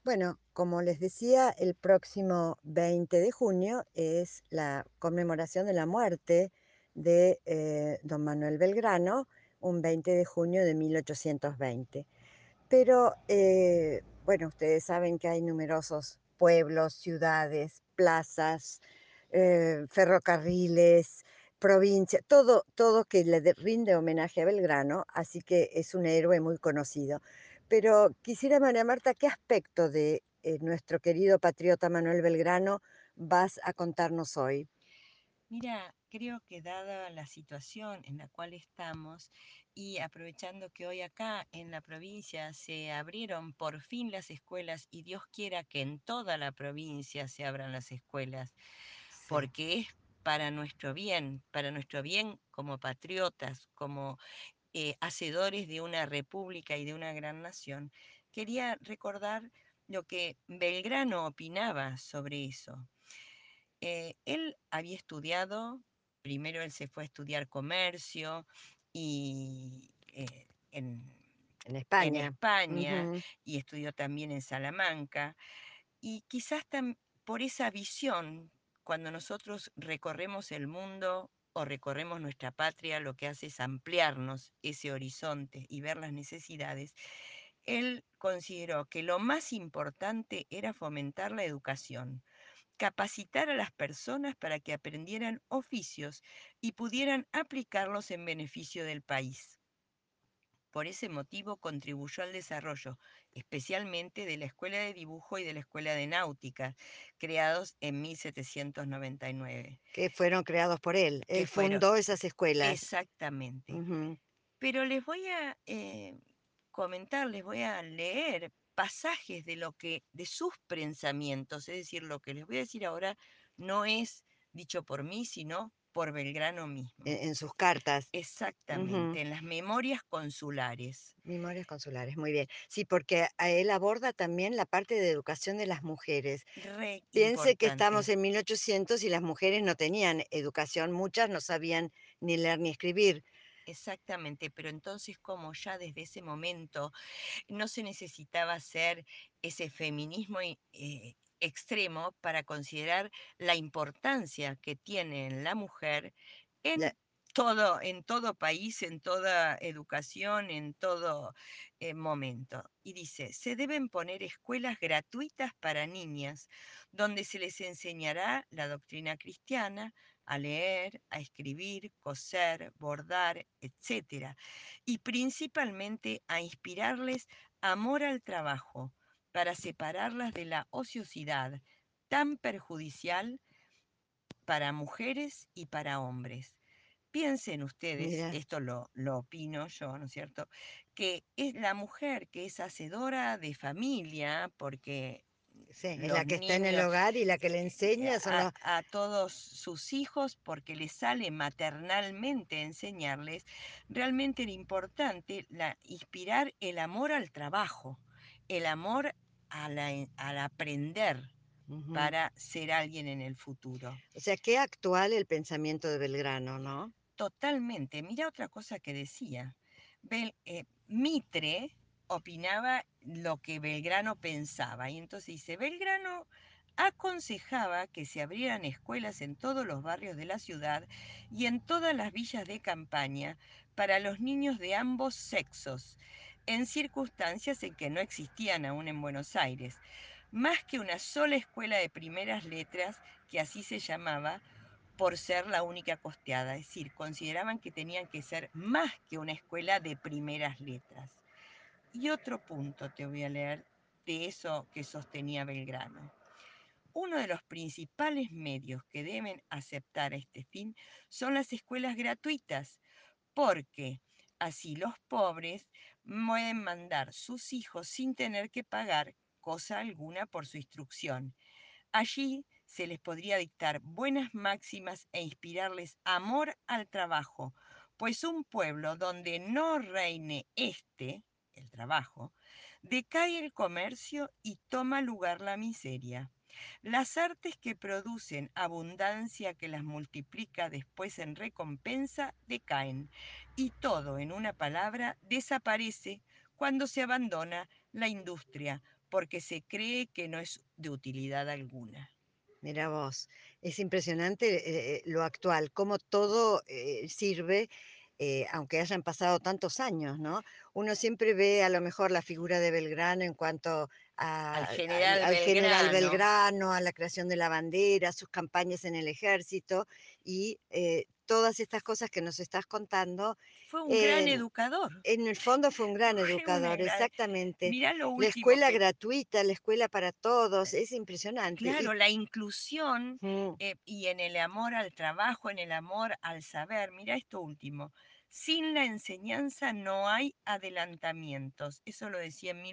Bueno, como les decía, el próximo 20 de junio es la conmemoración de la muerte de don Manuel Belgrano, un 20 de junio de 1820. Pero, bueno, ustedes saben que hay numerosos pueblos, ciudades, plazas, ferrocarriles, provincia, todo que rinde homenaje a Belgrano, así que es un héroe muy conocido. Pero quisiera, María Marta, ¿qué aspecto de nuestro querido patriota Manuel Belgrano vas a contarnos hoy? Mira, creo que dada la situación en la cual estamos y aprovechando que hoy acá en la provincia se abrieron por fin las escuelas y Dios quiera que en toda la provincia se abran las escuelas, Sí. porque es para nuestro bien como patriotas, como hacedores de una república y de una gran nación, quería recordar lo que Belgrano opinaba sobre eso. Él había estudiado, primero él se fue a estudiar comercio y En en España. España Ujú. y estudió también en Salamanca. Y quizás por esa visión, cuando nosotros recorremos el mundo o recorremos nuestra patria, lo que hace es ampliarnos ese horizonte y ver las necesidades. Él consideró que lo más importante era fomentar la educación, capacitar a las personas para que aprendieran oficios y pudieran aplicarlos en beneficio del país. Por ese motivo contribuyó al desarrollo, especialmente de la Escuela de Dibujo y de la Escuela de Náutica, creados en 1799, Que fueron creados por él. que Él fueron fundó esas escuelas. exactamente. Ujú. Pero les voy a comentar, les voy a leer pasajes de sus pensamientos, es decir, lo que les voy a decir ahora no es dicho por mí, sino por Belgrano mismo. En sus cartas. Ujú. Exactamente, en las memorias consulares. Memorias consulares, muy bien. Sí, porque a él aborda también la parte de educación de las mujeres. Re Piense que estamos importante. en 1800 y las mujeres no tenían educación, muchas no sabían ni leer ni escribir. Exactamente, pero entonces como ya desde ese momento no se necesitaba hacer ese feminismo extremo para considerar la importancia que tiene la mujer La- en todo país, en toda educación, en todo momento. Y dice, se deben poner escuelas gratuitas para niñas, donde se les enseñará la doctrina cristiana, a leer, a escribir, coser, bordar, etcétera, y principalmente a inspirarles amor al trabajo, para separarlas de la ociosidad tan perjudicial para mujeres y para hombres. Piensen ustedes, Mira, esto lo opino yo, ¿no es cierto?, que es la mujer que es hacedora de familia, porque sí, es la los que está en el niños, hogar y la que le enseña son los... a todos sus hijos, porque les sale maternalmente enseñarles, realmente era importante inspirar el amor al trabajo, el amor al aprender Ujú. para ser alguien en el futuro. O sea, qué actual el pensamiento de Belgrano, ¿no? Totalmente. Mira otra cosa que decía. Mitre opinaba lo que Belgrano pensaba. Y entonces dice, Belgrano aconsejaba que se abrieran escuelas en todos los barrios de la ciudad y en todas las villas de campaña para los niños de ambos sexos, en circunstancias en que no existían aún en Buenos Aires, más que una sola escuela de primeras letras, que así se llamaba, por ser la única costeada, es decir, consideraban que tenían que ser más que una escuela de primeras letras. Y otro punto te voy a leer de eso que sostenía Belgrano. Uno de los principales medios que deben aceptar a este fin son las escuelas gratuitas, porque así los pobres pueden mandar sus hijos sin tener que pagar cosa alguna por su instrucción. Allí se les podría dictar buenas máximas e inspirarles amor al trabajo, pues un pueblo donde no reine el trabajo, decae el comercio y toma lugar la miseria. Las artes que producen abundancia que las multiplica después en recompensa decaen, y todo, en una palabra, desaparece cuando se abandona la industria, porque se cree que no es de utilidad alguna. Mira vos, es impresionante, lo actual, cómo todo, sirve, aunque hayan pasado tantos años, ¿no? Uno siempre ve a lo mejor la figura de Belgrano en cuanto Al a general al general Belgrano Belgrano, a la creación de la bandera, sus campañas en el ejército y, todas estas cosas que nos estás contando, fue un gran en educador, en el fondo fue un gran fue una educador, gran... exactamente. Mirá lo La último escuela que... gratuita, la escuela para todos, es impresionante. Y Claro, la inclusión, mm, y en el amor al trabajo, en el amor al saber. Mira esto último. Sin la enseñanza no hay adelantamientos. Eso lo decía en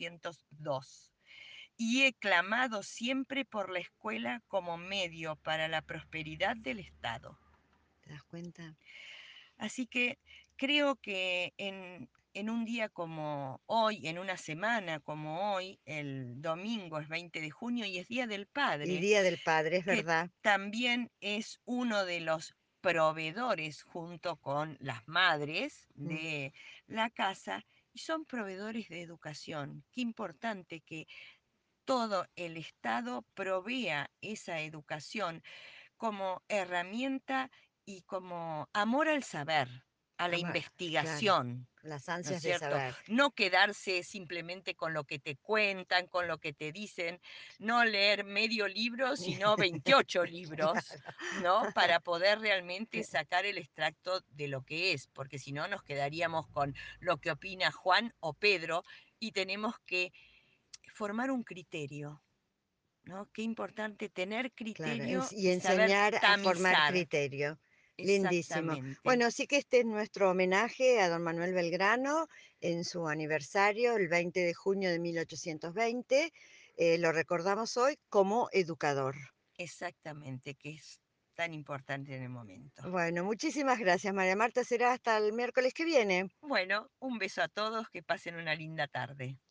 1802. Y he clamado siempre por la escuela como medio para la prosperidad del Estado. ¿te das cuenta? Así que creo que en un día como hoy, en una semana como hoy, el domingo es 20 de junio y es Día del Y Padre, Día del Padre, es que verdad. también es uno de los proveedores junto con las madres Mm, de la casa y son proveedores de educación. Qué importante que todo el Estado provea esa educación como herramienta y como amor al saber, a la ama claro, investigación, las ¿no es ansias de cierto? saber. No quedarse simplemente con lo que te cuentan, con lo que te dicen, no leer medio libro, sino 28 libros, Claro. ¿no? Para poder realmente sacar el extracto de lo que es, porque si no nos quedaríamos con lo que opina Juan o Pedro y tenemos que formar un criterio, ¿no? Qué importante tener Claro, criterio y y saber enseñar a formar tamizar. criterio. Lindísimo. Exactamente, Bueno, así que este es nuestro homenaje a don Manuel Belgrano en su aniversario, el 20 de junio de 1820. Lo recordamos hoy como educador. exactamente, que es tan importante en el momento. Bueno, muchísimas gracias, María Marta. Será hasta el miércoles que viene. Bueno, un beso a todos, que pasen una linda tarde.